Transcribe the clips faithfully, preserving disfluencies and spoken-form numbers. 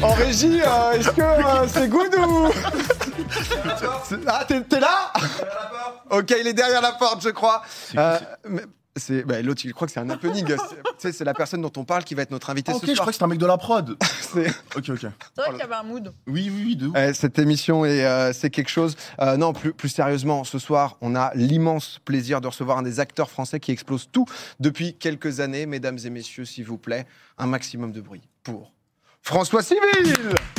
En régie, euh, est-ce que euh, c'est good ou... Ah, t'es, t'es là? Ok, il est derrière la porte, je crois. Euh, mais c'est, bah, l'autre, il croit que c'est un happening. Tu sais, c'est la personne dont on parle qui va être notre invité ah, ce ok, soir. je crois que c'est un mec de la prod. c'est... Ok, ok. C'est vrai qu'il y avait un mood. Oui, oui, oui, de ouf. Euh, cette émission, est, euh, c'est quelque chose. Euh, non, plus, plus sérieusement, ce soir, on a l'immense plaisir de recevoir un des acteurs français qui explose tout depuis quelques années. Mesdames et messieurs, s'il vous plaît, un maximum de bruit pour François Civil.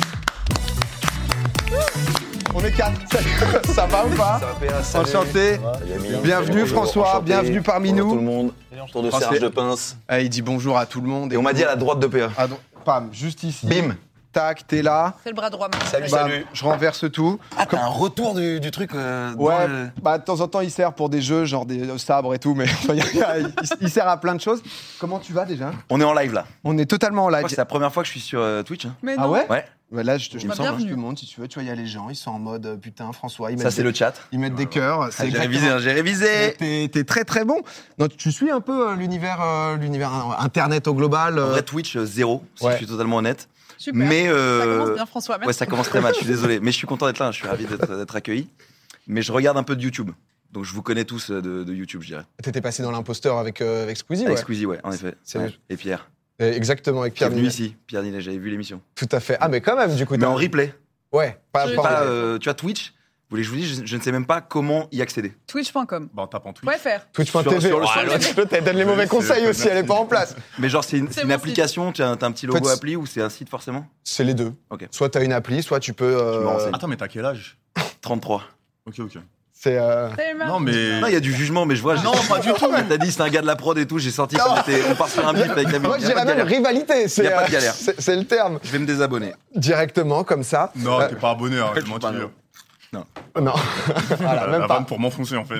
On est quatre. Salut. Ça va ou pas? Ça va, P A, salut. Enchanté. Salut, bienvenue bonjour, François, enchanté. bienvenue parmi bonjour nous. tout le monde. Autour de Français. Serge de Pince. Ah, il dit bonjour à tout le monde. Et on m'a dit à la droite de P A. Ah, donc, pam, juste ici. Bim. Tac, t'es là. C'est le bras droit. maintenant. Salut, Bam, salut. je renverse tout. Ah, t'as un retour du, du truc euh, dans Ouais, le- bah de temps en temps il sert pour des jeux, genre des euh, sabres et tout, mais enfin, il, y a- il- il sert à plein de choses. Comment tu vas déjà? On est en live là. On est totalement en Je live. crois que c'est la première fois que je suis sur euh, Twitch. hein. Mais Ah non. ouais? Ouais. Bah là, je te, je Bah, te montre, je te bienvenue. montre si tu veux. Tu vois, il y a les gens, ils sont en mode euh, putain, François. Ils Ça, mettent c'est des, le chat. Ils mettent des cœurs. Ah, C'est j'ai exactement- révisé, hein, j'ai révisé. T'es, t'es très très bon. Non, tu suis un peu euh, l'univers, euh, l'univers euh, internet au global. En euh. vrai, Twitch, euh, zéro, si Ouais. je suis totalement honnête. Super. Mais. Ça euh, commence bien, François. Merci. Ouais, ça commence très mal, je suis désolé. Mais je suis content d'être là, je suis ravi d'être, d'être accueilli. Mais je regarde un peu de YouTube. Donc je vous connais tous euh, de, de YouTube, je dirais. T'étais passé dans l'imposteur avec, euh, avec Squeezie, Avec ouais. Squeezie, ouais, en effet. C'est Ouais. le- Et Pierre. Euh, Exactement, avec Qui est Pierre venu Ninet. ici. Pierre Ninet, j'avais vu l'émission. Tout à fait. Ah, mais quand même, du coup. Mais t'as- en replay. Ouais, pas, Je- pas en Pas, live. euh, tu vois, Twitch, vous voulez que je vous dise, je, je ne sais même pas comment y accéder. Twitch point com. Bah, on tape en Twitch. Point F R. Twitch point T V. sur- sur le- Oh, sur le- l'autre, l'autre, elle donne les mauvais C'est- conseils c'est- aussi, elle est pas en place. Mais genre, c'est une, C'est c'est une mon application, tu as, un- t'as un petit En logo fait, appli ou c'est un site forcément? C'est les deux. Ok. Soit t'as une appli, soit tu peux. euh, Je me renseigne. Attends, mais t'as quel âge? trente-trois. Ok, ok. c'est. euh, Non, mais. Non, il y a du jugement, mais je vois. Non, j'ai- pas du tout. T'as dit c'est un gars de la prod et tout, j'ai sorti qu'on était, on part sur un bif avec la Moi, musique. je dirais même rivalité. C'est, Y a pas de euh, galère. c'est, c'est le terme. Je vais me désabonner. Directement, comme ça. Non, Euh, t'es pas abonné, arrête de je suis pas mentir. Non. Voilà, voilà, même la pas. vanne pour m'enfoncer, en fait.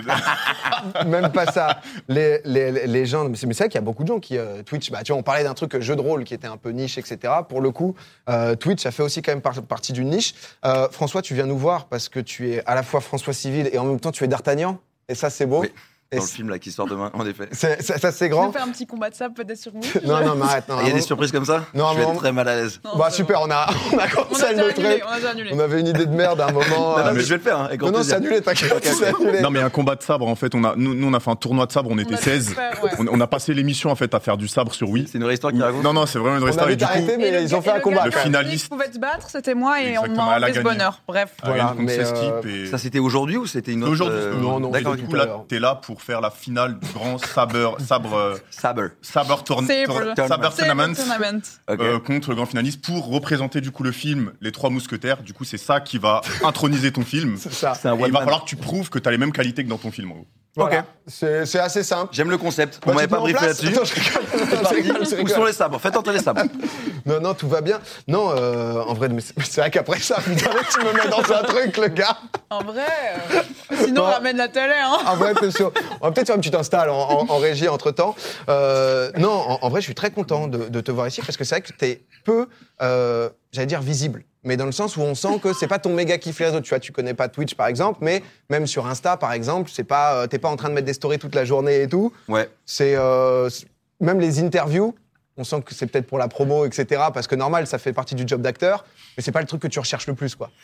Même pas ça. Les, les, les gens, mais c'est, mais c'est vrai qu'il y a beaucoup de gens qui euh, Twitch. Bah, tu vois, on parlait d'un truc euh, jeu de rôle qui était un peu niche, et cetera. Pour le coup, euh, Twitch, ça fait aussi quand même par- partie d'une niche. Euh, François, tu viens nous voir parce que tu es à la fois François Civil et en même temps tu es D'Artagnan. Et ça, c'est beau. Oui. Et Dans le c'est- film là qui sort demain, en effet. c'est- ça, ça, c'est Je grand. vais faire un petit combat de sable peut-être sur vous. Non, non, mais arrête. non, Il y a non. des surprises comme ça? Non, Je vais mais être on- très mal à l'aise. Non, Bah c'est super, bon. on a, on a On commencé a à le déjà montrer. annulé. On a déjà annulé. On avait une idée de merde à un moment. Non, non, euh, mais je vais le faire, hein, avec grand Non, non, c'est plaisir. annulé, t'inquiète, Ok, ok. c'est annulé. Non, mais un combat de sabre, en fait, on a, nous, nous, on a fait un tournoi de sabre, on était a dû seize. faire, ouais. On, on a passé l'émission, en fait, à faire du sabre sur Wii. C'est une vraie histoire qui raconte. Non, non, c'est vraiment une vraie On histoire. avait Et du coup, arrêté, mais Et le ils ont gars- fait et un le combat. gars Le quand même. finaliste. qui pouvait te battre, c'était moi et on Exactement, a elle a enlevé ce gagné. bonheur. Bref. Voilà, voilà, mais, seize euh, types et... Ça c'était aujourd'hui ou c'était une autre Aujourd'hui, euh, non, non, Et D'accord, du ok. coup, là, t'es là pour faire la finale du grand sabre, sabre, euh, Saber. sabre tourne, Sabre. tourne- sabre C'est tournament, le tournament. Ok. euh, contre le grand finaliste pour représenter du coup le film Les Trois Mousquetaires. Du coup, c'est ça qui va introniser ton film. C'est ça. C'est un Et one il va man. falloir que tu prouves que t'as les mêmes qualités que dans ton film. En gros. Voilà. Ok. C'est c'est assez simple. J'aime le concept. Bah, On m'avait tu te pas mets en briefé place là-dessus. Attends, je rigole. C'est Je parti. rigole, je Où rigole. sont les sabres? Faites entrer les sabres. Non, non, tout va bien. Non, euh, en vrai, mais c'est c'est vrai qu'après ça, putain, mec, tu me mets dans un truc, le gars. En vrai, euh, sinon Bon. on ramène la télé. Hein. En vrai, t'es sûr. On va peut-être faire une petite install en, en- en régie entre-temps. Euh, non, en, en vrai, je suis très content de, de te voir ici parce que c'est vrai que t'es peu, euh, j'allais dire, visible. Mais dans le sens où on sent que c'est pas ton méga kiff les réseaux. Tu vois, tu connais pas Twitch, par exemple, mais même sur Insta, par exemple, c'est pas, euh, t'es pas en train de mettre des stories toute la journée et tout. Ouais. C'est euh, c'est- même les interviews. On sent que c'est peut-être pour la promo, et cetera. Parce que normal, ça fait partie du job d'acteur, mais c'est pas le truc que tu recherches le plus, quoi.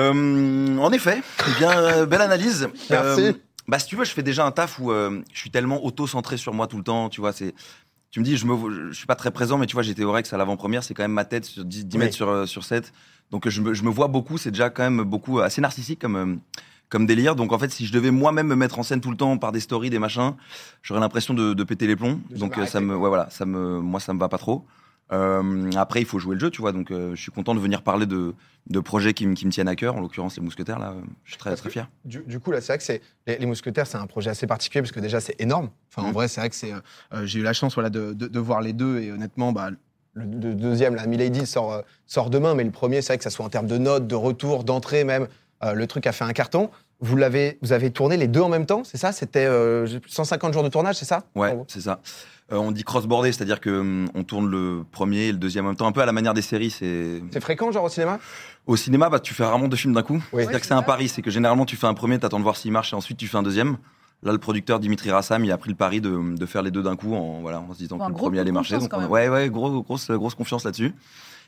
Euh, en effet, eh bien, euh, belle analyse. Merci. Euh, bah, si tu veux, je fais déjà un taf où euh, je suis tellement auto-centré sur moi tout le temps. Tu vois, c'est. Tu me dis, je me, je suis pas très présent, mais tu vois, j'étais au Rex à l'avant-première, c'est quand même ma tête sur dix, dix Oui. mètres sur, euh, sur sept. Donc, je me, je me vois beaucoup, c'est déjà quand même beaucoup, euh, assez narcissique comme, euh, comme délire. Donc, en fait, si je devais moi-même me mettre en scène tout le temps par des stories, des machins, j'aurais l'impression de, de péter les plombs. De Donc, jamais euh, ça arrêter, me, ouais, voilà, ça me, moi, ça me va pas trop. Euh, après, il faut jouer le jeu, tu vois. Donc, euh, je suis content de venir parler de, de projets qui, me- qui me tiennent à cœur. En l'occurrence, les Mousquetaires, là, euh, je suis très, Parce très que- fier. Du, du coup, là, c'est vrai que c'est, les, les Mousquetaires, c'est un projet assez particulier parce que déjà, c'est énorme. Enfin, en Mm. vrai, c'est vrai que c'est. euh, euh, j'ai eu la chance, voilà, de, de, de voir les deux et honnêtement, bah, le, le deuxième, la Milady, sort, euh, sort demain, mais le premier, c'est vrai que ça soit en termes de notes, de retour, d'entrée même, euh, le truc a fait un carton. Vous l'avez, vous avez tourné les deux en même temps, c'est ça? C'était euh, cent cinquante jours de tournage, c'est ça? Ouais, En gros. c'est ça. Euh, on dit cross-border, c'est-à-dire que hum, on tourne le premier et le deuxième en même temps, un peu à la manière des séries. C'est C'est fréquent, genre au cinéma? au cinéma, bah, tu fais rarement deux films d'un coup. Oui. C'est-à-dire Ouais, que c'est un c'est ça. pari, c'est que généralement tu fais un premier, t'attends de voir s'il marche et ensuite tu fais un deuxième. Là, le producteur Dimitri Rassam, il a pris le pari de, de faire les deux d'un coup en, voilà, en se disant Bon, un que le gros premier coup allait de marcher. confiance, Donc, quand on a- même. ouais, ouais, gros, grosse, grosse confiance là-dessus.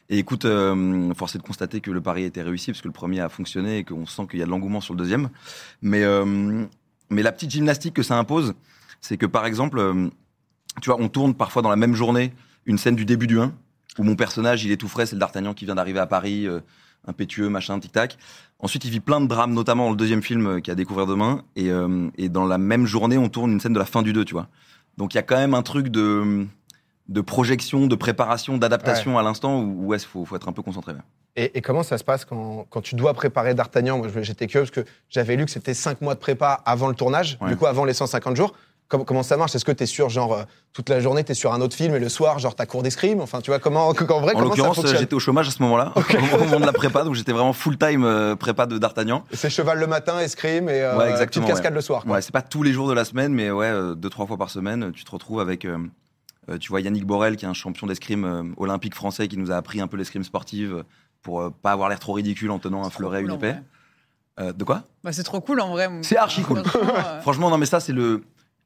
Et écoute, euh, force est de constater que le pari a été réussi, parce que le premier a fonctionné et qu'on sent qu'il y a de l'engouement sur le deuxième. Mais, euh, mais la petite gymnastique que ça impose, c'est que par exemple, euh, tu vois, on tourne parfois dans la même journée une scène du début du un, où mon personnage, il est tout frais, c'est le D'Artagnan qui vient d'arriver à Paris, euh, impétueux, machin, tic-tac. Ensuite, il vit plein de drames, notamment dans le deuxième film euh, qu'il y a à découvrir demain. Et, euh, et dans la même journée, on tourne une scène de la fin du deux, tu vois. Donc il y a quand même un truc de... de projection, de préparation, d'adaptation ouais. à l'instant où ouais, faut, faut être un peu concentré. Ouais. Et, et comment ça se passe quand, quand tu dois préparer D'Artagnan? Moi, j'étais curieux parce que j'avais lu que c'était cinq mois de prépa avant le tournage, ouais. du coup avant les cent cinquante jours. Comment, comment ça marche? Est-ce que t'es sur genre euh, toute la journée t'es sur un autre film et le soir genre t'as cours d'escrime? Enfin tu vois comment en vrai en comment ça l'occurrence fonctionne? J'étais au chômage à ce moment-là okay. au moment de la prépa, donc j'étais vraiment full time euh, prépa de D'Artagnan. Et c'est cheval le matin, escrime et euh, ouais, exactement, petite cascade ouais. le soir. Quoi. Ouais, c'est pas tous les jours de la semaine, mais ouais euh, deux trois fois par semaine tu te retrouves avec euh, euh, tu vois Yannick Borel qui est un champion d'escrime euh, olympique français qui nous a appris un peu l'escrime sportive pour euh, pas avoir l'air trop ridicule en tenant c'est un fleuret cool, une épée. Euh, de quoi? Bah c'est trop cool en vrai. C'est archi cool. euh... Franchement non mais ça c'est le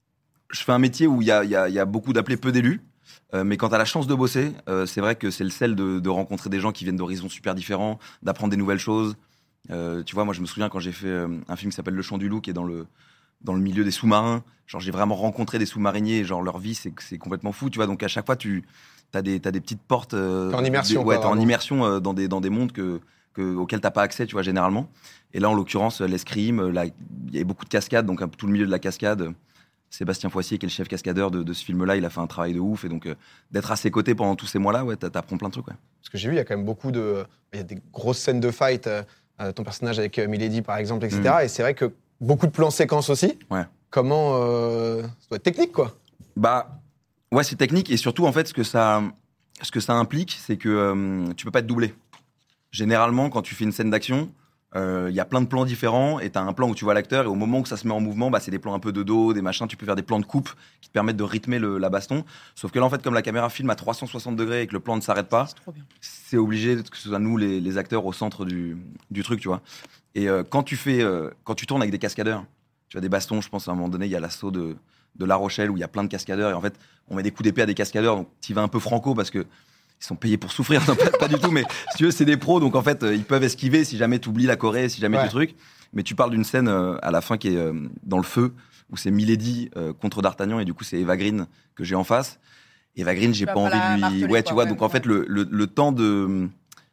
je fais un métier où il y a, y, a, y a beaucoup d'appelés, peu d'élus. Euh, mais quand tu as la chance de bosser, euh, c'est vrai que c'est le sel de, de rencontrer des gens qui viennent d'horizons super différents, d'apprendre des nouvelles choses. Euh, tu vois, moi, je me souviens quand j'ai fait euh, un film qui s'appelle Le Chant du Loup, qui est dans le, dans le milieu des sous-marins. Genre, j'ai vraiment rencontré des sous-mariniers. Genre, leur vie, c'est, c'est complètement fou. Tu vois, donc à chaque fois, tu as des, t'as des petites portes. Euh, t'es en immersion. Des, ouais, quoi, t'es en immersion euh, dans, des, dans des mondes que, que, auxquels t'as pas accès, tu vois, généralement. Et là, en l'occurrence, l'escrime, il y a beaucoup de cascades, donc un peu tout le milieu de la cascade. Sébastien Foissier, qui est le chef cascadeur de, de ce film-là, il a fait un travail de ouf. Et donc, euh, d'être à ses côtés pendant tous ces mois-là, ouais, t'apprends plein de trucs. Ouais. Parce que j'ai vu, il y a quand même beaucoup de. Il y a des grosses scènes de fight. Euh, ton personnage avec euh, Milady, par exemple, et cetera. Mmh. Et c'est vrai que beaucoup de plans séquences aussi. Ouais. Comment. Euh, ça doit être technique, quoi. Bah, ouais, c'est technique. Et surtout, en fait, ce que ça, ce que ça implique, c'est que euh, tu peux pas te doubler. Généralement, quand tu fais une scène d'action, il euh, y a plein de plans différents et t'as un plan où tu vois l'acteur et au moment où ça se met en mouvement, bah, c'est des plans un peu de dos, des machins, tu peux faire des plans de coupe qui te permettent de rythmer le, la baston. Sauf que là, en fait, comme la caméra filme à trois cent soixante degrés et que le plan ne s'arrête pas, c'est, c'est obligé que ce soit nous, les, les acteurs, au centre du, du truc, tu vois. Et euh, quand, tu fais, euh, quand tu tournes avec des cascadeurs, tu as des bastons, je pense à un moment donné, il y a l'assaut de, de La Rochelle où il y a plein de cascadeurs et en fait, on met des coups d'épée à des cascadeurs, donc tu vas un peu franco parce que ils sont payés pour souffrir, non, pas, pas du tout, mais si tu veux, c'est des pros, donc en fait, euh, ils peuvent esquiver si jamais tu oublies la Corée, si jamais ouais. tu truc. Mais tu parles d'une scène euh, à la fin qui est euh, dans le feu, où c'est Milady euh, contre D'Artagnan, et du coup, c'est Eva Green que j'ai en face. Eva Green, j'ai pas, pas envie de lui. Ouais, tu vois, donc en fait, le, le, le temps de.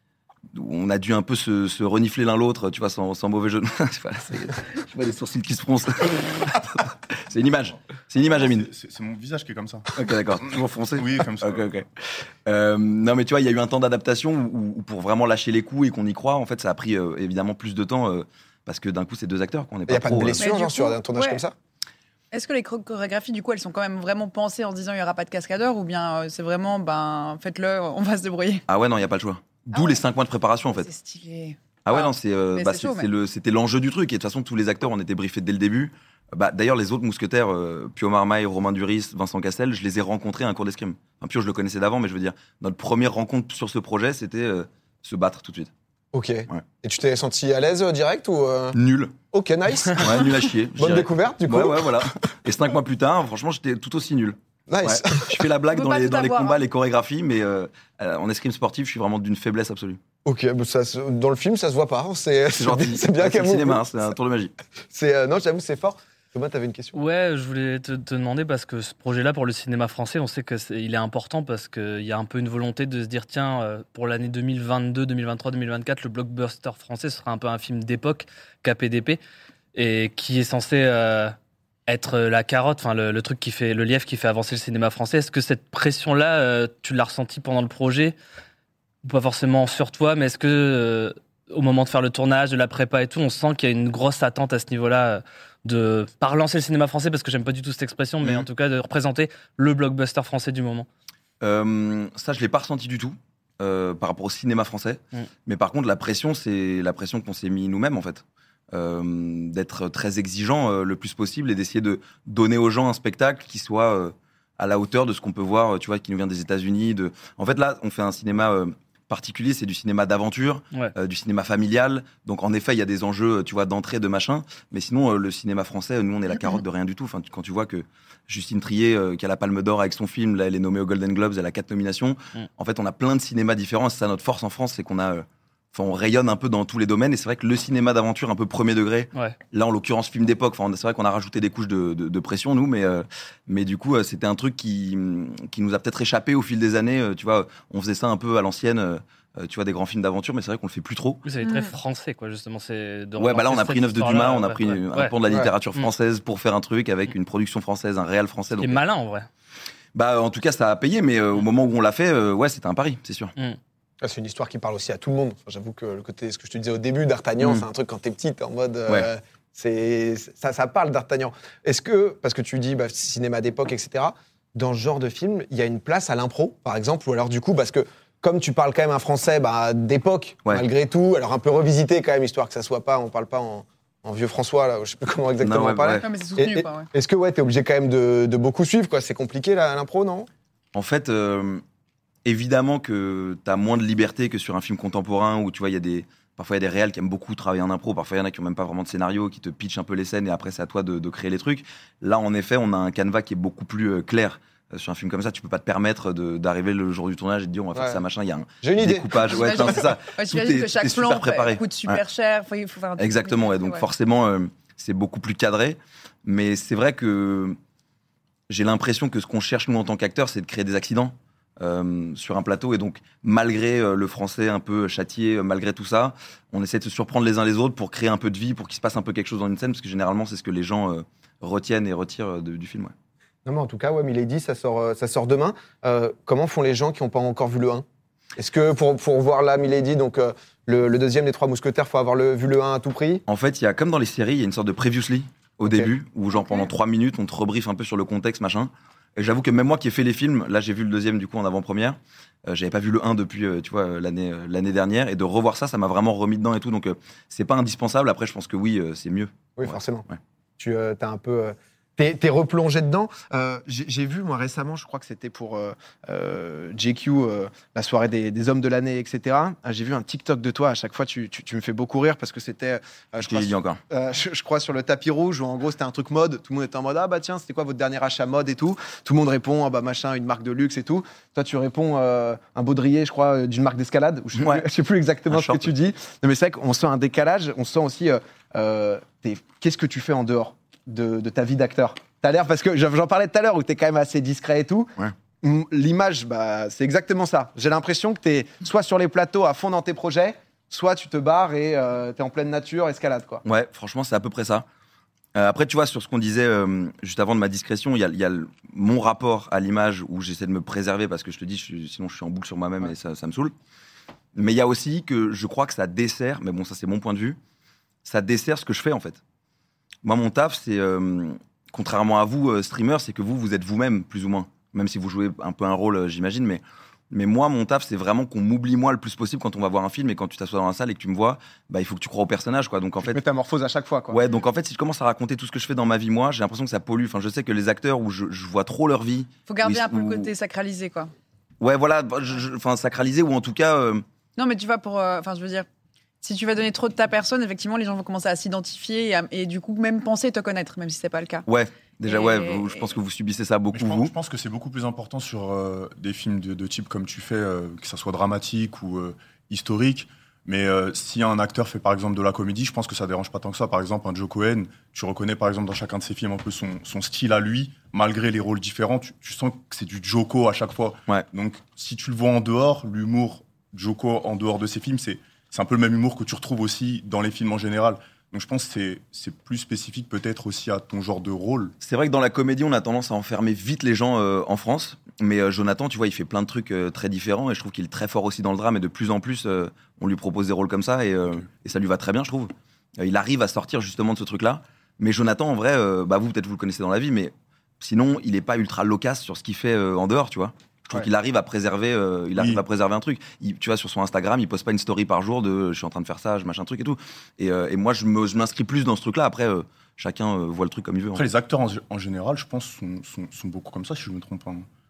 On a dû un peu se, se renifler l'un l'autre, tu vois, sans, sans mauvais jeu de main. Je vois les sourcils qui se froncent. C'est une image. C'est une image, Amine. C'est, c'est mon visage qui est comme ça. Ok, d'accord. Toujours foncé. Oui, comme ça. Ok, ok. Euh, non, mais tu vois, il y a eu un temps d'adaptation où, où pour vraiment lâcher les coups et qu'on y croit, en fait, ça a pris euh, évidemment plus de temps euh, parce que d'un coup, c'est deux acteurs qu'on n'est pas. Il n'y a pro, pas de blessure, euh... genre, sur un tournage ouais. comme ça? Est-ce que les chorégraphies, du coup, elles sont quand même vraiment pensées en se disant il n'y aura pas de cascadeur ou bien euh, c'est vraiment, ben, faites-le, on va se débrouiller? Ah ouais, non, il n'y a pas le choix. D'où ah ouais. les cinq mois de préparation, en fait. C'est stylé. Ah ouais, ah. non, c'est, euh, bah, c'est, chaud, c'est mais... le, c'était l'enjeu du truc. Et de toute façon, tous les acteurs ont été briefés dès le début. Bah, d'ailleurs, les autres mousquetaires, euh, Pio Marmaille, Romain Duris, Vincent Cassel, je les ai rencontrés à un cours d'escrime. Enfin, Pio, je le connaissais d'avant, mais je veux dire, notre première rencontre sur ce projet, c'était euh, se battre tout de suite. Ok. Ouais. Et tu t'es senti à l'aise euh, direct ou euh... Nul. Ok, nice. Ouais, nul à chier. Bonne découverte, du coup. Ouais, ouais, voilà. Et cinq mois plus tard, franchement, j'étais tout aussi nul. Nice. Ouais. Je fais la blague dans les, dans les combats, hein. les chorégraphies, mais euh, en escrime sportif, je suis vraiment d'une faiblesse absolue. Ok, bah ça, dans le film, ça se voit pas. C'est, c'est, gentil. C'est bien ouais, qu'à c'est le cinéma, hein, c'est un tour de magie. C'est, euh, non, j'avoue, c'est fort. Thomas, t'avais une question? Ouais, je voulais te, te demander parce que ce projet-là pour le cinéma français, on sait qu'il est important parce qu'il y a un peu une volonté de se dire tiens, euh, pour l'année deux mille vingt-deux, deux mille vingt-trois, deux mille vingt-quatre, le blockbuster français ce sera un peu un film d'époque, K P D P, et qui est censé euh, être la carotte, enfin le, le truc qui fait, le lièvre qui fait avancer le cinéma français. Est-ce que cette pression-là, euh, tu l'as ressentie pendant le projet? Ou pas forcément sur toi, mais est-ce que euh, au moment de faire le tournage, de la prépa et tout, on sent qu'il y a une grosse attente à ce niveau-là euh, de pas relancer le cinéma français, parce que j'aime pas du tout cette expression, mais mmh. en tout cas de représenter le blockbuster français du moment? euh, Ça, je l'ai pas ressenti du tout euh, par rapport au cinéma français. Mmh. Mais par contre, la pression, c'est la pression qu'on s'est mis nous-mêmes, en fait. Euh, d'être très exigeant euh, le plus possible et d'essayer de donner aux gens un spectacle qui soit euh, à la hauteur de ce qu'on peut voir, tu vois, qui nous vient des États-Unis. De... En fait, là, on fait un cinéma... Euh, particulier, c'est du cinéma d'aventure, Ouais. euh, du cinéma familial. Donc en effet, il y a des enjeux, tu vois, d'entrée, de machin. Mais sinon, euh, le cinéma français, nous, on est la carotte de rien du tout. Enfin, tu- quand tu vois que Justine Triet, euh, qui a la Palme d'Or avec son film, là, elle est nommée aux Golden Globes, elle a quatre nominations. Mm. En fait, on a plein de cinémas différents. C'est ça notre force en France, c'est qu'on a, euh, enfin, on rayonne un peu dans tous les domaines. Et c'est vrai que le cinéma d'aventure, un peu premier degré, Ouais. là, en l'occurrence, film d'époque, enfin, c'est vrai qu'on a rajouté des couches de, de, de pression, nous, mais, euh, mais du coup, euh, c'était un truc qui, qui nous a peut-être échappé au fil des années. Euh, tu vois, on faisait ça un peu à l'ancienne, euh, euh, tu vois, des grands films d'aventure, mais c'est vrai qu'on le fait plus trop. Oui, c'est très Mm. français, quoi, justement. C'est de Ouais, bah là, on a relancer pris une œuvre cette de Dumas, histoire-là, on a ouais, pris ouais. un Ouais. pan de la Ouais. littérature Mm. française pour faire un truc avec une production française, un réel français. Qui Donc, est malin, en vrai. bah, en tout cas, ça a payé, mais euh, au moment où on l'a fait, euh, ouais, c'était un pari, c'est sûr. Ah, c'est une histoire qui parle aussi à tout le monde. Enfin, j'avoue que le côté, ce que je te disais au début, d'Artagnan, Mm. c'est un truc quand t'es petit, t'es en mode. euh, Ouais. c'est, ça, ça parle d'Artagnan. Est-ce que, parce que tu dis bah, cinéma d'époque, et cetera, dans ce genre de film, il y a une place à l'impro, par exemple, ou alors du coup, parce que comme tu parles quand même un français bah, d'époque, Ouais. malgré tout, alors un peu revisité quand même, histoire que ça soit pas, on parle pas en, en vieux François, là, je sais plus comment exactement Non, ouais, on parlait. ouais. Non, mais c'est Et- soutenu, et- quoi. Ouais. Est-ce que ouais, t'es obligé quand même de, de beaucoup suivre, quoi? C'est compliqué là, l'impro, non? En fait, euh, évidemment que t'as moins de liberté que sur un film contemporain où tu vois, il y a des. Parfois, il y a des réals qui aiment beaucoup travailler en impro. Parfois, il y en a qui n'ont même pas vraiment de scénario, qui te pitchent un peu les scènes et après, c'est à toi de, de créer les trucs. Là, en effet, on a un canevas qui est beaucoup plus euh, clair. Euh, sur un film comme ça, tu peux pas te permettre de- d'arriver le jour du tournage et de dire on va faire Ouais. ça, machin. Il y a un J'ai une idée. découpage. Ouais, J'imagine- tiens, c'est ça. Ouais, Tout J'imagine est- que chaque tout est super plan préparé. coûte super Ouais. cher. Faut, il faut faire un truc Exactement. Et compliqué, donc, ouais. forcément, euh, c'est beaucoup plus cadré. Mais c'est vrai que j'ai l'impression que ce qu'on cherche, nous, en tant qu'acteurs, c'est de créer des accidents. Euh, sur un plateau et donc malgré euh, le français un peu châtié, euh, malgré tout ça, on essaie de se surprendre les uns les autres pour créer un peu de vie, pour qu'il se passe un peu quelque chose dans une scène, parce que généralement c'est ce que les gens euh, retiennent et retirent euh, de- du film. Ouais. Non, mais en tout cas, ouais, Milady, ça sort, euh, ça sort demain. Euh, comment font les gens qui n'ont pas encore vu le un? Est-ce que pour, pour voir là, Milady, donc euh, le, le deuxième des Trois Mousquetaires, il faut avoir le, vu le un à tout prix? En fait, il y a comme dans les séries, il y a une sorte de previously au Ok. début, où genre Ok. pendant trois minutes, on te rebriefe un peu sur le contexte, machin. Et j'avoue que même moi qui ai fait les films, là j'ai vu le deuxième du coup en avant-première, euh, j'avais pas vu le un depuis euh, tu vois euh, l'année euh, l'année dernière, et de revoir ça, ça m'a vraiment remis dedans et tout, donc euh, c'est pas indispensable. Après, je pense que oui, euh, c'est mieux. Oui, Ouais. forcément. Ouais. Tu euh, as un peu. euh, T'es, t'es replongé dedans. Euh, j'ai, j'ai vu, moi, récemment, je crois que c'était pour euh, euh, J Q, euh, la soirée des, des hommes de l'année, et cetera. Euh, J'ai vu un TikTok de toi. À chaque fois, tu, tu, tu me fais beaucoup rire parce que c'était, euh, je, Je crois, t'ai dit encore. euh, je, je crois, sur le tapis rouge, où en gros, c'était un truc mode. Tout le monde était en mode, ah bah tiens, c'était quoi votre dernier achat mode et tout. Tout le monde répond, ah bah machin, une marque de luxe et tout. Toi, tu réponds, euh, un baudrier, je crois, euh, d'une marque d'escalade. Ou je sais Ouais. plus- je sais plus exactement Un ce que short. tu dis. Non, mais c'est vrai qu'on sent un décalage. On sent aussi, euh, euh, t'es- qu'est-ce que tu fais en dehors de, de ta vie d'acteur? T'as l'air, parce que j'en j'en parlais tout à l'heure, où t'es quand même assez discret et tout. Ouais. Mm, L'image, bah, c'est exactement ça. J'ai l'impression que t'es soit sur les plateaux à fond dans tes projets, soit tu te barres et euh, t'es en pleine nature, escalade, quoi. Ouais, franchement, c'est à peu près ça. Euh, après, tu vois, sur ce qu'on disait euh, juste avant de ma discrétion, il y a, il y a le- mon rapport à l'image où j'essaie de me préserver parce que je te dis, je suis- sinon je suis en boucle sur moi-même Ouais. et ça, ça me saoule. Mais il y a aussi que je crois que ça dessert, mais bon, ça c'est mon point de vue, ça dessert ce que je fais en fait. Moi, mon taf, c'est, euh, contrairement à vous, euh, streamers, c'est que vous, vous êtes vous-même, plus ou moins. Même si vous jouez un peu un rôle, euh, j'imagine, mais. Mais moi, mon taf, c'est vraiment qu'on m'oublie moi le plus possible quand on va voir un film et quand tu t'assois dans la salle et que tu me vois, bah, il faut que tu crois au personnage, quoi. Donc en fait, Métamorphose à chaque fois, quoi. ouais, donc en fait, si je commence à raconter tout ce que je fais dans ma vie, moi, j'ai l'impression que ça pollue. Enfin, je sais que les acteurs où je, je vois trop leur vie, Faut garder Oui, un peu ou- le côté sacralisé, quoi. ouais, voilà, bah, je- je- enfin, sacralisé ou en tout cas, euh, Non, mais tu vois, pour. euh, Enfin, je veux dire, si tu vas donner trop de ta personne, effectivement, les gens vont commencer à s'identifier et, à- et du coup, même penser te connaître, même si c'est pas le cas. ouais, déjà, Et- ouais, vous- je pense que vous subissez ça Mais beaucoup, je, pense, vous. je pense que c'est beaucoup plus important sur euh, des films de, de type comme tu fais, euh, que ça soit dramatique ou euh, historique. Mais euh, si un acteur fait par exemple de la comédie, je pense que ça dérange pas tant que ça. Par exemple, un Joe Cohen, tu reconnais par exemple dans chacun de ses films un peu son, son style à lui, malgré les rôles différents, tu, tu sens que c'est du Joko à chaque fois. Ouais. Donc si tu le vois en dehors, l'humour Joko en dehors de ses films, c'est c'est un peu le même humour que tu retrouves aussi dans les films en général. Donc je pense que c'est- c'est plus spécifique peut-être aussi à ton genre de rôle. C'est vrai que dans la comédie, on a tendance à enfermer vite les gens euh, en France. Mais euh, Jonathan, tu vois, il fait plein de trucs euh, très différents et je trouve qu'il est très fort aussi dans le drame. Et de plus en plus, euh, on lui propose des rôles comme ça et, euh, Ok. et ça lui va très bien, je trouve. Euh, il arrive à sortir justement de ce truc-là. Mais Jonathan, en vrai, euh, bah vous, peut-être vous le connaissez dans la vie, mais sinon, il est pas ultra loquace sur ce qu'il fait euh, en dehors, tu vois. Je trouve Ouais. qu'il arrive à préserver, euh, il arrive Oui. à préserver un truc. Il- tu vois, sur son Instagram, il poste pas une story par jour de je suis en train de faire ça, je machin truc et tout. Et, euh, et moi, je me- je m'inscris plus dans ce truc-là. Après, euh, chacun euh, voit le truc comme il veut. en Après, fait. les acteurs en, en général, je pense, sont, sont, sont beaucoup comme ça, si je ne me trompe pas.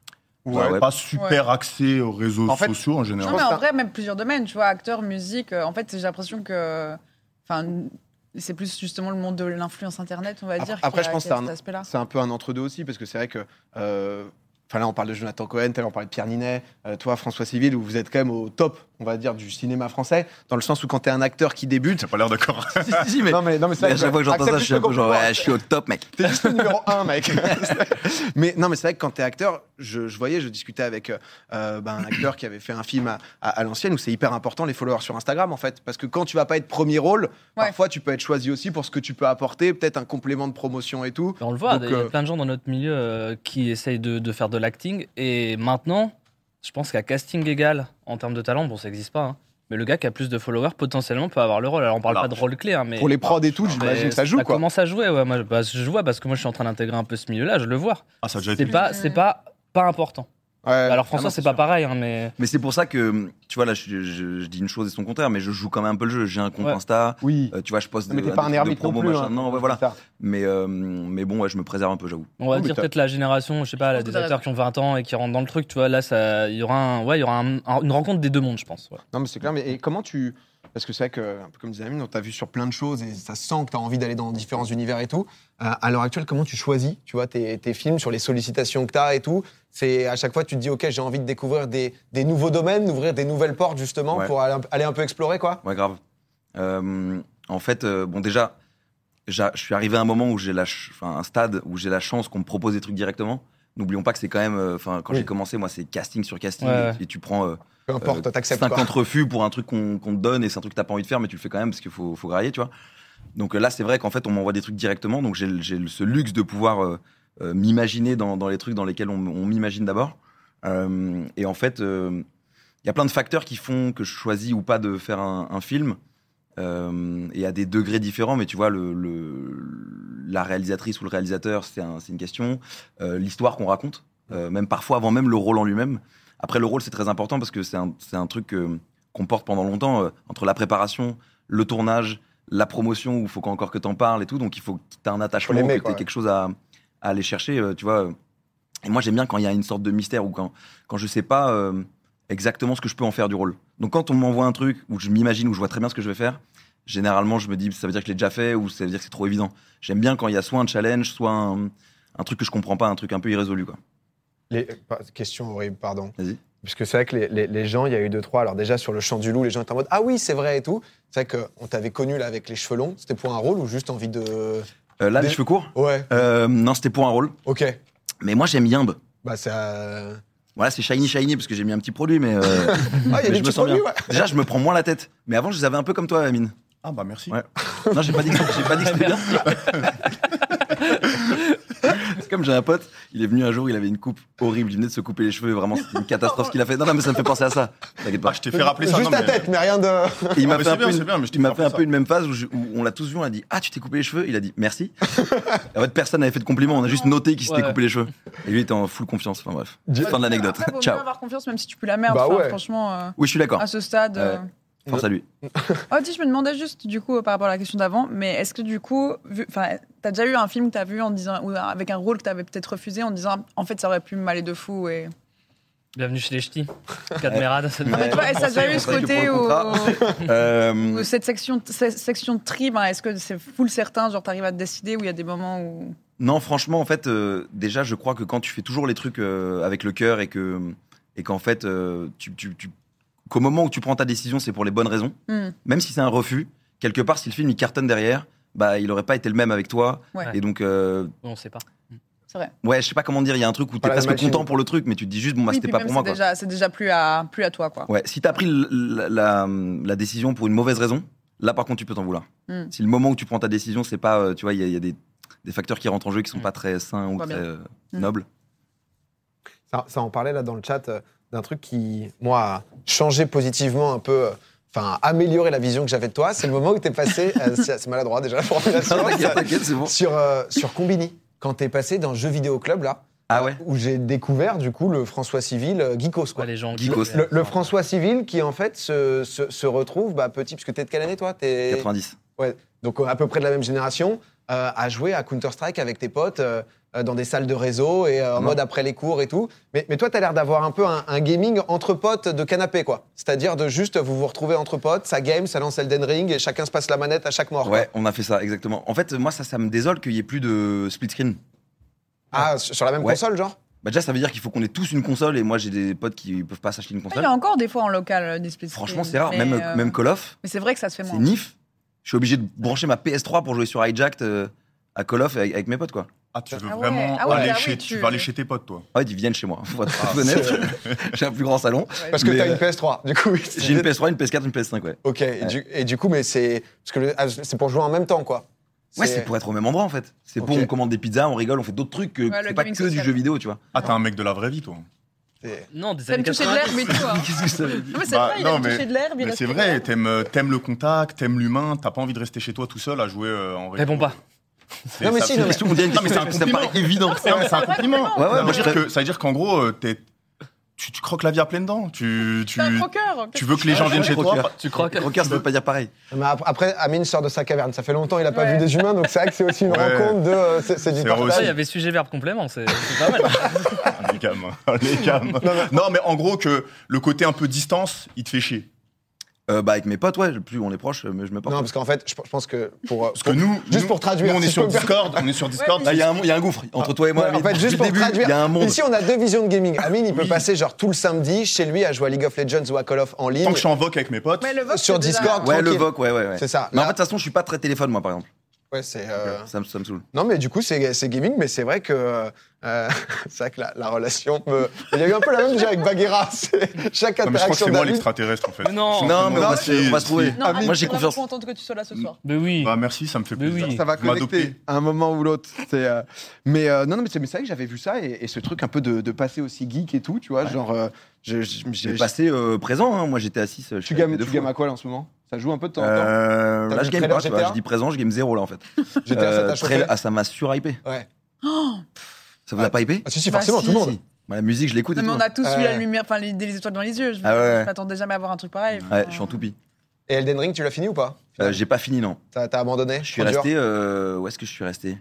Ouais, ouais. pas super axé aux réseaux En fait, sociaux en Non, général. mais pense en que vrai, même plusieurs domaines, tu vois, acteur, musique. euh, en fait, j'ai l'impression que. Enfin, c'est plus justement le monde de l'influence internet, on va Après- dire. après, qui je a- pense qui que a c'est un- cet aspect-là. C'est un peu un entre-deux aussi, parce que c'est vrai que. euh, Enfin là, on parle de Jonathan Cohen, tout à l'heure, on parlait de Pierre Ninet, euh, toi, François Civil, où vous êtes quand même au top, on va dire, du cinéma français, dans le sens où quand t'es un acteur qui débute. T'as pas l'air d'accord. Si, si, si, mais, Non, mais, non, mais c'est mais vrai à chaque fois que j'entends ça, je suis un peu genre, accepte-le ouais, je suis au top, mec. T'es juste le numéro un, mec. mais non, mais c'est vrai que quand t'es acteur, je, je voyais, je discutais avec euh, ben, un acteur qui avait fait un film à, à, à l'ancienne où c'est hyper important les followers sur Instagram, en fait. Parce que quand tu vas pas être premier rôle, Ouais. parfois tu peux être choisi aussi pour ce que tu peux apporter, peut-être un complément de promotion et tout. On le voit, Donc, il y a euh, plein de gens dans notre milieu euh, qui essayent de, de faire de l'acting. Et maintenant, je pense qu'à casting égal, en termes de talent, bon, ça n'existe pas. hein, mais le gars qui a plus de followers, potentiellement, peut avoir le rôle. Alors, on parle Large. pas de rôle clé, hein, mais. Pour les prods et tout, mais j'imagine que ça joue, quoi. commence à jouer, ouais. Moi, bah, je vois parce que moi, je suis en train d'intégrer un peu ce milieu-là, je le vois. Ah, ça a déjà C'est été. pas, c'est pas, pas important. Ouais. Alors, Ah François, non, c'est sûr. pas pareil, hein, mais. Mais c'est pour ça que, tu vois, là, je, je- je dis une chose et son contraire, mais je joue quand même un peu le jeu. J'ai un compte Ouais. Insta, Oui. euh, tu vois, je poste mais des, t'es pas des un trucs ermite de promo, non plus. machin. hein. Non, ouais, voilà. C'est ça. Mais, euh, mais bon, ouais, je me préserve un peu, j'avoue. On va Oui, dire t'as- peut-être la génération, je sais pas, là, pense que des t'as acteurs qui ont vingt ans et qui rentrent dans le truc, tu vois, là, ça, il y aura, un, ouais, il y aura un- un- une rencontre des deux mondes, je pense. ouais. Non, mais c'est clair. Mais et comment tu. Parce que c'est vrai que, un peu comme disait Amine, on t'a vu sur plein de choses et ça se sent que tu as envie d'aller dans différents univers et tout. Euh, à l'heure actuelle, comment tu choisis, tu vois, tes, tes films sur les sollicitations que tu as et tout? C'est à chaque fois, tu te dis, OK, j'ai envie de découvrir des, des nouveaux domaines, d'ouvrir des nouvelles portes, justement, Ouais. pour aller, un- aller un peu explorer, quoi. Ouais, grave. Euh, en fait, euh, bon, déjà, j'a- je suis arrivé à un moment où j'ai la, ch- enfin, un stade où j'ai la chance qu'on me propose des trucs directement. N'oublions pas que c'est quand même, euh, enfin, quand Oui. j'ai commencé, moi, c'est casting sur casting, Ouais, et, ouais. et tu prends euh, Peu importe, euh, t'acceptes, quoi. cinquante refus pour un truc qu'on qu'on te donne et c'est un truc que t'as pas envie de faire, mais tu le fais quand même parce qu'il faut, faut grailler, tu vois. Donc euh, là, c'est vrai qu'en fait, on m'envoie des trucs directement, donc j'ai le- j'ai le- ce luxe de pouvoir euh, euh, m'imaginer dans, dans les trucs dans lesquels on, m- on m'imagine d'abord. Euh, et en fait, il y a plein de facteurs qui font que je choisis ou pas de faire un, un film. Euh, et à des degrés différents, mais tu vois, le, le- la réalisatrice ou le réalisateur, c'est un- c'est une question. Euh, L'histoire qu'on raconte, euh, même parfois avant même le rôle en lui-même. Après, le rôle, c'est très important parce que c'est un, c'est un truc euh, qu'on porte pendant longtemps, euh, entre la préparation, le tournage, la promotion, où il faut encore que t'en parles et tout. Donc, il faut que t'aies un attachement, l'aimer, que quoi, t'aies ouais. quelque chose à, à aller chercher, euh, tu vois. Et moi, j'aime bien quand il y a une sorte de mystère ou quand, quand je sais pas euh, exactement ce que je peux en faire du rôle. Donc, quand on m'envoie un truc où je m'imagine, où je vois très bien ce que je vais faire, généralement, je me dis, ça veut dire que je l'ai déjà fait ou ça veut dire que c'est trop évident. J'aime bien quand il y a soit un challenge, soit un, un truc que je comprends pas, un truc un peu irrésolu, quoi. Les... pas- Question horrible, pardon. Vas-y. Parce que c'est vrai que les, les- les gens, il y a eu deux, trois. Alors, déjà, sur le chant du loup, les gens étaient en mode, ah oui, c'est vrai et tout. C'est vrai qu'on t'avait connu là avec les cheveux longs. C'était pour un rôle ou juste envie de. Euh, là, Des- les cheveux courts Ouais, euh, Non, c'était pour un rôle. ok. Mais moi, j'aime Yimbe. Bah, ça. Voilà, c'est shiny, shiny, parce que j'ai mis un petit produit, mais, euh, Ah, il y mais a je des me petits sens bien. produits, ouais. Déjà, je me prends moins la tête. Mais avant, je les avais un peu comme toi, Amine. Ah, bah merci. Ouais. Non, j'ai pas dit que, j'ai pas dit que c'était bien. C'est comme j'ai un pote, il est venu un jour, il avait une coupe horrible, il venait de se couper les cheveux, vraiment, c'était une catastrophe ce qu'il a fait. Non, non, mais ça me fait penser à ça. T'inquiète pas. Ah, je t'ai fait rappeler ça. Juste non, la mais- tête, mais rien de. Et il m'a Ah, mais fait, un c'est bien, peu, c'est une, bien, mais je t'ai il m'a fait fait un ça. peu une même phase où, je- où on l'a tous vu, on a dit ah tu t'es coupé les cheveux, il a dit merci. En fait personne n'avait fait de compliment, on a juste noté qu'il s'était Ouais. coupé les cheveux. Et lui était en full confiance. Enfin bref, fin de l'anecdote. Après, vaut mieux Ciao. avoir confiance, même si tu peux la merde. Bah Enfin, ouais. Franchement, euh, Oui je suis d'accord. à ce stade. euh, Force à lui. Oh, dis, je me demandais juste, du coup, par rapport à la question d'avant, mais est-ce que, du coup, vu- enfin, t'as déjà eu un film que t'as vu en disant, ou avec un rôle que t'avais peut-être refusé en disant, en fait, ça aurait pu m'aller de fou et. Bienvenue chez les ch'tis. Cadmerade, ça Non, mais tu vois, et ça a déjà eu on ce sait que côté pour où, le contrat, Euh, où cette section, cette section de tri, ben, est-ce que c'est full certain, genre t'arrives à te décider, ou il y a des moments où. Non, franchement, en fait, euh, déjà, je crois que quand tu fais toujours les trucs euh, avec le cœur et que et qu'en fait, euh, tu, tu, tu- qu'au moment où tu prends ta décision, c'est pour les bonnes raisons. Hmm. Même si c'est un refus, quelque part, si le film il cartonne derrière, bah, il aurait pas été le même avec toi. Ouais. Et donc, euh, on sait pas. C'est vrai. ouais, je sais pas comment dire. Il y a un truc où t'es Voilà, presque machine. content pour le truc, mais tu te dis juste, bon, bah, Oui, c'était puis pas même, pour moi, c'est quoi. déjà, c'est déjà plus à, plus à toi, quoi. Ouais, si t'as pris l- la, la, la décision pour une mauvaise raison, là, par contre, tu peux t'en vouloir. Hmm. Si le moment où tu prends ta décision, c'est pas, euh, tu vois, il y a, il y a des, des facteurs qui rentrent en jeu qui sont Mm. pas très sains ou Pas très bien. euh, Mm. nobles. Ça, ça en parlait là dans le chat euh, d'un truc qui, moi, a changé positivement un peu, euh, enfin, a amélioré la vision que j'avais de toi. C'est le moment où tu es passé, euh, c'est c'est maladroit déjà la formulation, T'inquiète, t'inquiète, c'est bon. sur, euh, sur Combini, quand tu es passé dans Jeux Vidéo Club, là, Ah ouais. où j'ai découvert du coup le François Civil euh, Geekos. Quoi. Ouais, les gens Geekos. Le, le François Civil qui en fait se, se, se retrouve bah, petit, parce que t'es de quelle année toi? T'es- quatre-vingt-dix. Ouais, donc euh, à peu près de la même génération, euh, à jouer à Counter-Strike avec tes potes. euh, euh, dans des salles de réseau et euh, en Non. mode après les cours et tout. Mais, mais toi, t'as l'air d'avoir un peu un, un gaming entre potes de canapé, quoi. C'est-à-dire de juste vous vous retrouvez entre potes, ça game, ça lance Elden Ring et chacun se passe la manette à chaque mort. quoi. Ouais, on a fait ça, exactement. En fait, moi, ça, ça me désole qu'il y ait plus de split screen. Ah, sur la même Ouais. console, genre Bah, déjà, ça veut dire qu'il faut qu'on ait tous une console, et moi, j'ai des potes qui peuvent pas s'acheter une Il console. y a encore des fois en local euh, des split screen, Franchement, c'est rare. mais, Même, euh, même Call of, Mais c'est vrai que ça se fait c'est moins. nif. Je suis obligé de brancher ma P S trois pour jouer sur Hijacked euh, à Call of avec, avec mes potes, quoi. Ah, tu veux Ah ouais, vraiment ah ouais, aller là, chez, oui, tu tu- vas aller chez tes potes, toi. Ouais, ils viennent chez moi. Faut être Ah, honnête. c'est- J'ai un plus grand salon. Ouais. Parce que Mais, t'as euh, une P S trois, du coup. oui, c'est- J'ai une P S trois, une P S quatre, une P S cinq, ouais. Ok, et, du, et du coup, mais c'est. Parce que le- ah, c'est pour jouer en même temps, quoi. Ouais, c'est pour être au même endroit, en fait. C'est pour Ok. on commande des pizzas, on rigole, on fait d'autres trucs que Ouais, c'est le pas gaming que du social. jeu vidéo, tu vois. Ah, t'es un mec de la vraie vie, toi. c'est- Non, des T'aimes années toucher de quatre-vingt-dix. l'herbe et tout. hein. Qu'est-ce que ça veut dire Non, mais c'est Bah, vrai, il non, aime mais- toucher de l'herbe. il Mais c'est respire vrai, l'herbe. t'aimes, euh, t'aimes le contact, t'aimes l'humain, t'as pas envie de rester chez toi tout seul à jouer euh, en réseau. Réponds pas. C'est- Non, mais ça- si, c'est- non, mais- Question mondiale, Non, mais c'est un ça me compliment. paraît évident. Non, mais c'est un compliment. Ouais, ouais, ça, moi, veut je dire serais- que, ça veut dire qu'en gros, euh, t'es- tu, tu croques la vie à pleines dents. Tu, tu, T'es un croqueur. tu veux que les gens viennent chez toi. Croqueur. Tu crois que. Rocker, ça veut pas dire pareil. Mais ap- après, Amine sort de sa caverne. Ça fait longtemps il a pas Ouais. vu des humains, donc c'est vrai que c'est aussi une Ouais. rencontre de. euh, c'est, c'est du C'est partage. aussi. Ah, il y avait sujet verbe complément, c'est c'est pas mal. Ah, les gamins. Ah, les gamins. Non, mais en gros, que le côté un peu distance, il te fait chier. Euh, bah, avec mes potes, ouais, plus on est proche, mais je me porte. Non, parce qu'en fait, je, je pense que pour. Parce que nous, Juste nous- pour traduire, nous, on est si sur je peux me Discord. On est sur Discord. Ouais, Là, il y, a un- il y a un gouffre entre toi et moi. Ouais, en Amine. fait, juste Depuis pour le début, traduire, il y a un monde. ici on a deux visions de gaming. Amine, il peut Oui. passer genre tout le samedi chez lui à jouer à League of Legends ou à Call of en ligne. Tant que je suis en voc avec mes potes. Mais le vote, Sur c'est déjà- Discord, Ouais, le tranquille. voc, ouais, ouais. ouais. C'est ça. Mais en Là- fait, de toute façon, je suis pas très téléphone, moi, par exemple. Ouais, c'est. euh, Ça me, ça me saoule. Non, mais du coup, c'est, c'est gaming, mais c'est vrai que. euh, c'est vrai que la, la relation me. Il y a eu un peu la même déjà avec Bagheera. C'est chaque Non, mais je crois que interaction c'est moi d'Amine. l'extraterrestre en fait. Mais non. Je pense Non, que mais on moi, va si- se on va se si- trouver. Non, Amine, Moi, j'ai je suis confiance. vraiment contente que tu sois là ce soir. Mais oui. Bah merci, ça me fait Mais plaisir. oui. Ça va Vous m'adoptez. connecter à un moment ou l'autre. C'est, euh, Mais euh, non, non, mais c'est, mais c'est vrai que j'avais vu ça et, et ce truc un peu de, de passer aussi geek et tout, tu vois, Ouais. genre. euh, je, je- J'ai j'ai- passé euh, présent, hein. Moi, j'étais assis. je tu suis games, resté tu deux games fois. à quoi là en ce moment? Ça joue un peu de temps en temps. Euh, T'as Là, vu je le game trailer pas, tu vois. G T A? Je dis présent, je game zéro, là, en fait. J'étais à ça Euh, t'a chauffé. trail- ah, ça m'a surhypé. Ouais. Ça vous a pas hypé? Ah, si, si, Bah, forcément, si, tout le monde. Si. Moi, la musique, je l'écoute et Non, mais tout. on a tous Euh, vu la lumière, enfin les, des étoiles dans les yeux. Je, Ah ouais. je m'attendais jamais à voir un truc pareil. Ouais, je suis en toupie. Et Elden Ring, tu l'as fini ou pas Euh, J'ai pas fini, non. T'as, t'as abandonné Je suis Trop dur resté. euh, Où est-ce que je suis resté?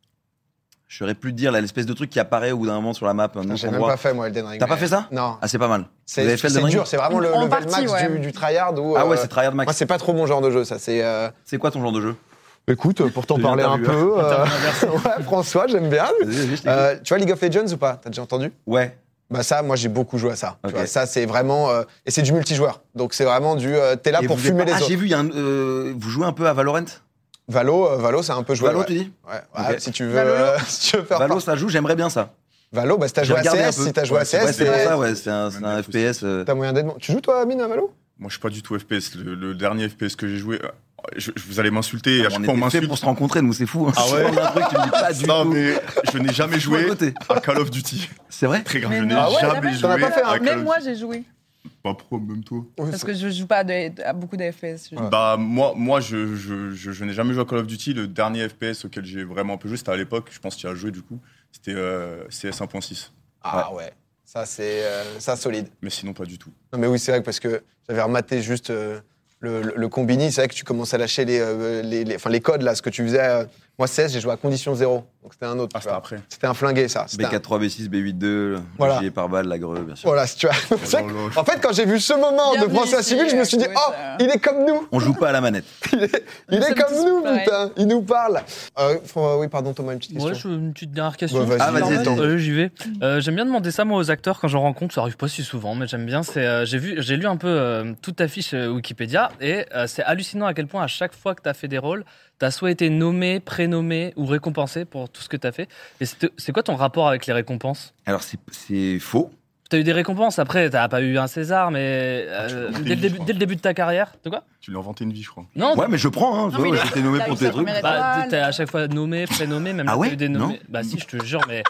Je saurais plus te dire, là, l'espèce de truc qui apparaît au bout d'un moment sur la map. Un Putain, autre J'ai même endroit. pas fait, moi, Elden Ring. T'as pas mais- fait ça? Non. Ah, c'est pas mal. Vous C'est, avez fait c'est Elden Ring? dur, c'est vraiment le En level partie, max ouais. du, du tryhard. Où, Ah ouais, euh, c'est tryhard Moi, max. c'est pas trop mon genre de jeu, ça. C'est. euh, C'est quoi ton genre de jeu? Écoute, pour t'en C'est parler un l'interview, peu. euh, ouais, François, j'aime bien. Vas-y, vas-y, je t'écoute. Euh, tu vois League of Legends ou pas? T'as déjà entendu? Ouais. Bah ça, moi j'ai beaucoup joué à ça. Tu Ok. vois, ça c'est vraiment euh, et c'est du multijoueur. Donc c'est vraiment du euh, t'es là Et pour vous êtes fumer pas- les Ah, autres. j'ai vu, il y a un, euh, vous jouez un peu à Valorant? Valo, euh, Valo c'est un peu joué. Valo, ouais. tu dis? Ouais, ouais, Ok. si tu veux, Valo. euh, si tu veux faire Valo, part- ça joue, j'aimerais bien ça. Valo, bah si t'as J'ai joué à regardé un C S, peu. si t'as joué à Ouais, C S, Ouais, c'est pour c'est- ça, ouais, c'est un, c'est un F P S. euh. t'as moyen d'être bon. Tu joues toi, Amine, à Valo? Moi, je suis pas du tout F P S. Le, le dernier F P S que j'ai joué, euh, je, je- vous allez m'insulter. et à On chaque fois, on était fait m'insulte. pour se rencontrer, nous, c'est fou. hein. Ah ouais Je parle d'un truc, tu me dis pas du Non, tout. mais je n'ai jamais Fou à joué côté. à Call of Duty. C'est vrai? Très grave, Mais je n'ai non. Ah ouais, jamais jamais joué T'en as pas fait un à Call Même of moi, Duty. j'ai joué. Pas pro, même toi. Parce que je joue pas à, de- à beaucoup de F P S. je- Bah moi, moi je, je, je, je n'ai jamais joué à Call of Duty. Le dernier F P S auquel j'ai vraiment un peu joué, c'était à l'époque, je pense qu'il y a joué du coup, c'était euh, C S un point six. Ah ouais. Ça c'est euh, ça solide. Mais sinon pas du tout. Non mais oui, c'est vrai que parce que j'avais rematé juste euh, le, le, le combini, c'est vrai que tu commences à lâcher les, euh, les, les, enfin, les codes là, ce que tu faisais. euh, moi C S, j'ai joué à condition zéro. Donc c'était un autre. Ah, tu c'était vois. après. C'était un flingué ça. B C'était un- quatre trois, B six, B huit deux, Voilà. gilet par balle, la greu, bien sûr. Voilà, si tu vois. C'est vrai que- Oh là là. en fait, quand j'ai vu ce moment de Bienvenue François ici, Civil, je me suis dit, écoute, oh, euh. il est comme nous. On joue pas à la manette. Il est, il Nous est sommes comme tous nous, pareils. putain. Il nous parle. Euh, Fran- oui, pardon, Thomas, une petite question. Ouais, je, une petite dernière question. Bah, vas-y, Ah, vas-y, attends. vas-y. Euh, j'y vais. Euh, j'aime bien demander ça moi aux acteurs quand j'en rencontre. Ça arrive pas si souvent, mais j'aime bien. C'est, euh, j'ai vu, j'ai lu un peu euh, toute ta fiche euh, Wikipédia et euh, c'est hallucinant à quel point à chaque fois que tu as fait des rôles, tu as soit été nommé, prénommé ou récompensé pour tout ce que tu as fait. Et c'est, c'est quoi ton rapport avec les récompenses? Alors, c'est- c'est faux. Tu as eu des récompenses. Après, t'as pas eu un César, mais Ah, tu euh, peux monter dès, le une début, vie, dès le début de ta carrière, de quoi? Tu l'as inventé une vie, je crois. Non. Ouais, mais je prends, hein. Non, mais il a- J'étais nommé il a pour eu tes sa trucs. première Bah, étoile. t'es à chaque fois nommé, prénommé, même Ah si ouais t'as eu des Non. nommés. Bah si, je te jure, mais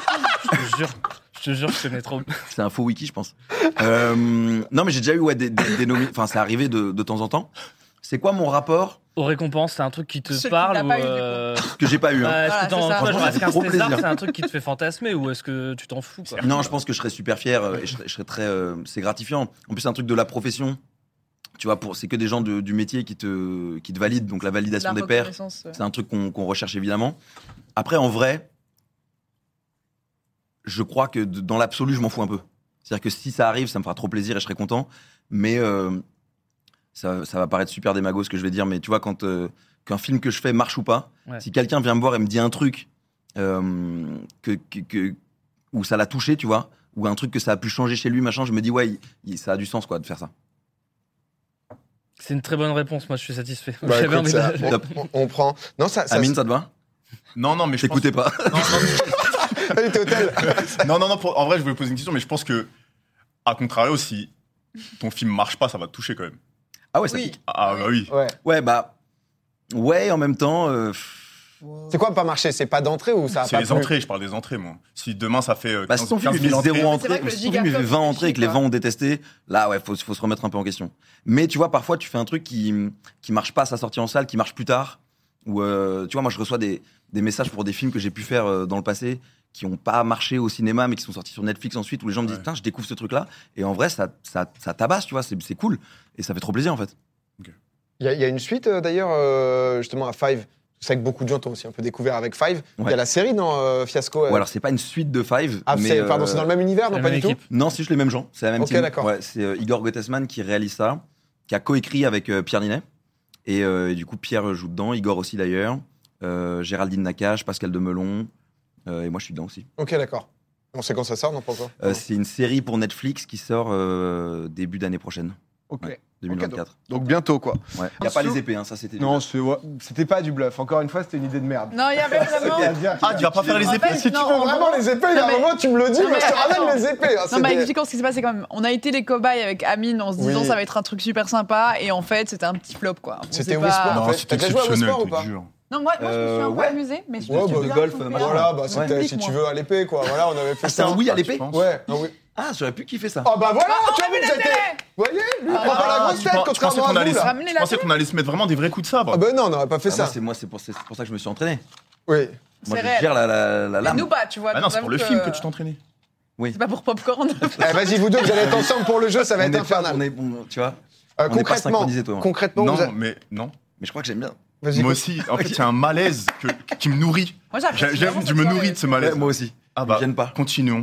je te jure, je te jure, je connais trop. C'est un faux wiki, je pense. Euh, non, mais j'ai déjà eu ouais, des, des, des nommés. Enfin, c'est arrivé de, de temps en temps. C'est quoi mon rapport Aux récompenses, c'est un truc qui te Celui que parle t'as ou pas eu, du coup. euh, que j'ai pas eu? hein. bah, est-ce Voilà, que t'en- c'est ça. toi, genre, Franchement, est-ce ça qu'un fait trop César, plaisir. c'est un truc qui te fait fantasmer ou est-ce que tu t'en fous quoi? Non, je pense que je serais super fier euh, et je serais, je serais très. euh, c'est gratifiant. En plus, c'est un truc de la profession. Tu vois, pour, c'est que des gens de- du métier qui te, qui te valident. Donc, la validation La des pairs, reconnaissance, ouais. c'est un truc qu'on qu'on recherche évidemment. Après, en vrai, je crois que de- dans l'absolu, je m'en fous un peu. C'est-à-dire que si ça arrive, ça me fera trop plaisir et je serai content. Mais euh, ça, ça va paraître super démago ce que je vais dire, mais tu vois, quand euh, qu'un film que je fais marche ou pas, Ouais. si quelqu'un vient me voir et me dit un truc euh, que, que, que- où ça l'a touché, tu vois, ou un truc que ça a pu changer chez lui, machin, je me dis ouais, il- il- ça a du sens quoi de faire ça. C'est une très bonne réponse, moi je suis satisfait. Bah, J'avais écoute, envie ça, de- on, on- on prend. Non, ça. ça Amine, ça te va? Non, non, mais je pense... T'écoutais pas. Non, non, Allez, t'es hôtel. non, non, non, pour- en vrai, je voulais poser une question, mais je pense que, à contrario, si ton film marche pas, ça va te toucher quand même. Ah ouais, ça Oui. pique. Ah, bah oui. Ouais. Ouais, bah ouais, en même temps. euh, C'est quoi pas marcher? C'est pas d'entrée ou ça a C'est pas les plu entrées, je parle des entrées, moi. Si demain ça fait euh, Bah, quinze, si ton film il quinze fait mille zéro entrées, C'est vrai entrée, que le si ton film il fait gigaflop, vingt c'est entrées et que chier, les quoi. vingt ont détesté, là ouais, faut, faut se remettre un peu en question. Mais tu vois, parfois tu fais un truc qui, qui marche pas à sa sortie en salle, qui marche plus tard. Ou euh, tu vois, moi je reçois des, des messages pour des films que j'ai pu faire euh, dans le passé qui ont pas marché au cinéma mais qui sont sortis sur Netflix ensuite où les gens me disent Ouais. putain, je découvre ce truc là et en vrai ça, ça, ça tabasse, tu vois, c'est c'est cool et ça fait trop plaisir en fait. Il y, a- il y a une suite euh, d'ailleurs, euh, justement, à Five. Je sais que beaucoup de gens t'ont aussi un peu découvert avec Five. Il y Ouais. a la série dans euh, Fiasco. euh. Ou alors c'est pas une suite de Five. Ah, mais, c'est- pardon, euh, c'est dans le même univers, non la pas même du tout. équipe. Non, c'est juste les mêmes gens, c'est la même Ok, team. d'accord. Ouais, c'est euh, Igor Gottesman qui réalise ça, qui a coécrit avec euh, Pierre Ninet. Et, euh, et du coup, Pierre joue dedans, Igor aussi d'ailleurs, euh, Géraldine Nakache, Pascal Demelon, euh, et moi je suis dedans aussi. Ok, d'accord. On sait quand ça sort, non pas encore. Euh, c'est une série pour Netflix qui sort euh, début d'année prochaine, Ok. Ouais. deux mille vingt-quatre. Donc bientôt, quoi. Ouais. Il n'y a pas les épées, hein, ça c'était. Non, c'est- ouais, c'était pas du bluff. Encore une fois, c'était une idée de merde. Non, il y avait vraiment. Ah, tu vas pas faire les En épées fait, Si tu non, veux en vraiment gros- les épées, il y a Non, un mais- moment, tu me le dis, Non, moi je te mais attends. ramène les épées. hein, Non, c'est mais des- expliquons ce qui s'est passé quand même. On a été les cobayes avec Amine en se disant Oui. ça va être un truc super sympa et en fait c'était un petit flop quoi. On C'était sait Wii pas- Sport. En Non, fait, c'était t'as déjà joué à Wii exceptionnel, Sport ou je pas te jure. Non, moi, moi je me suis un Euh, peu ouais. amusée, mais je Ouais, me suis bah, dit, de ah, golf, on fait machin. un- Voilà, bah, un c'était public, si tu moi. veux à l'épée, quoi. Voilà, on avait fait Ah, c'était ça. un oui à Ah, l'épée tu penses Ouais, ah oui. Ah, j'aurais pu kiffer ça. Oh bah voilà, Bah, tu on vois, a vu vous la êtes. télé. Vous voyez, lui, il Ah, prend pas la Ah, grosse tu tête, penses- tu pensais contrairement qu'on à allait, vous, là. Ramener tu la pensais télé. qu'on allait se mettre vraiment des vrais coups de sabre. Ah bah non, on n'aurait pas fait Ah, moi, ça. c'est moi, c'est pour, c'est pour ça que je me suis entraîné. Oui. Moi, C'est je réel. gère la, la, la Mais lame. nous pas, tu vois. Ah non, nous c'est pour le avons film que tu t'entraînais. C'est pas pour Popcorn. Eh, vas-y, vous deux, vous allez être ensemble pour le jeu, ça va On être est pas- infernal. on est, on- tu vois. Euh, on est pas concrètement, synchronisés, toi, moi. concrètement, Non, vous a- mais non. Mais je crois que j'aime bien. Vas-y. Moi aussi, en fait, il y a un malaise que- qui me nourrit. Moi j'apprécie J'ai- j'aime- vraiment Je cette me soirée. nourris de ce malaise. Ouais, moi aussi. Ah Ils bah, me viennent pas. continuons.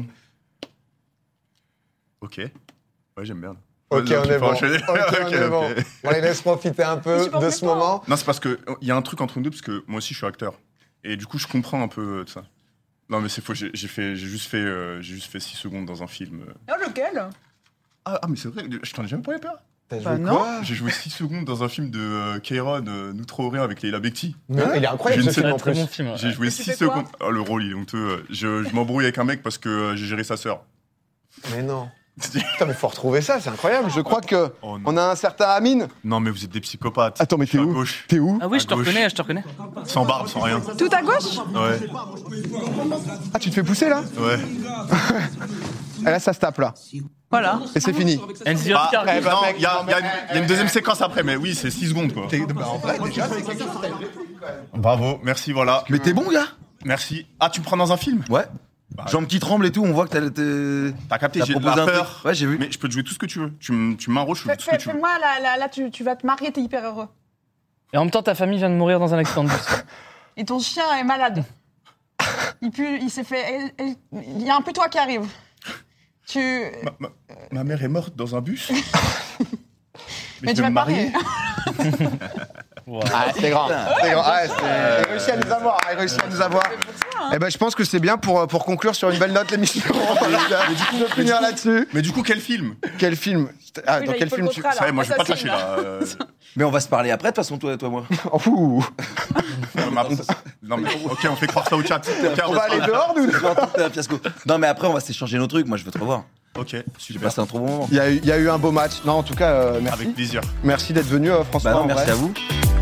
Ok. Ouais, j'aime bien. Ok, Ouais, on tu est peux bon. enchaîner. Ok, on Ok, est ok. bon. On les laisse profiter un Mais peu tu penses de ce pas. moment. Non, c'est parce que euh, il y a un truc entre nous deux, parce que moi aussi, je suis acteur. Et du coup, je comprends un peu euh, de ça. Non, mais c'est faux. J'ai j'ai fait, j'ai juste fait, euh, j'ai juste fait six secondes dans un film. euh. Ah, lequel Ah, ah, mais c'est vrai. Je t'en ai jamais parlé, peur. T'as Bah joué non. quoi J'ai joué six secondes dans un film de euh, Kairon, euh, Nous trop rien avec Leila Bekti. Mais Il est incroyable Je ce ne film en Très plus. bon film. ouais. J'ai joué Et tu six fais quoi secondes. Ah, le rôle, il est honteux. Je, je m'embrouille avec un mec parce que euh, j'ai géré sa sœur. Mais non. Putain, mais faut retrouver ça, c'est incroyable. Je crois que Oh, non. on a un certain Amine. Non, mais vous êtes des psychopathes. Attends, mais Je suis t'es à où gauche, T'es où Ah oui, À je te gauche. reconnais, je te reconnais. sans barbe, sans rien. Tout à gauche Ouais, Ah, tu te fais pousser là ouais. Et là, ça se tape là. Voilà. Et c'est fini. Enzi Ah, Oscar. eh ben, non, il y, a- il y a une- il y a une deuxième séquence après, mais oui, c'est six secondes, quoi. En vrai, déjà, c'est quelque chose. Bravo, merci, voilà. Mais t'es bon, gars. Merci. Ah, tu me prends dans un film? Ouais. Bah, Jambes qui tremblent et tout, on voit que t'as. t'es- T'as capté, T'as j'ai de proposé la un truc. peur. Ouais, j'ai vu. Mais je peux te jouer tout ce que tu veux. Tu me tu m'enroches, je fais Fais- tout ce que fais- tu veux. Fais-moi, là, là, là tu, tu vas te marier, t'es hyper heureux. Et en même temps, ta famille vient de mourir dans un accident de bus. Et ton chien est malade. Il pue, il s'est fait. Il y a un peu toi qui arrive. Tu. Ma, ma- ma mère est morte dans un bus. Mais je tu vais vas me te marier. Wow. Ah, c'était grand. C'était grand. Ah, c'était- il réussit à nous avoir. Il réussit à nous avoir. Eh ben, je pense que c'est bien pour, pour conclure sur une belle note l'émission. Je vais finir là-dessus. Mais du coup, quel film? Quel film Ah, Oui, dans là, il quel faut le film tu. contrat, là. Ça y est, moi, je vais pas te lâcher, Assassine, là. Euh, Mais on va se parler après, de toute façon, toi, toi, moi. Oh, ouh. ma- Non, mais ok, on fait croire ça au chat. Ok, On va aller dehors, nous. Genre, tout est un fiasco. Non, mais après, on va s'échanger nos trucs. Moi, je veux te revoir. Ok, J'ai super. passé un trop bon moment. Il y, a eu- il y a eu un beau match. Non, en tout cas, euh, merci. Avec plaisir. Merci d'être venu, euh, François. Bah non, en merci vrai. à vous.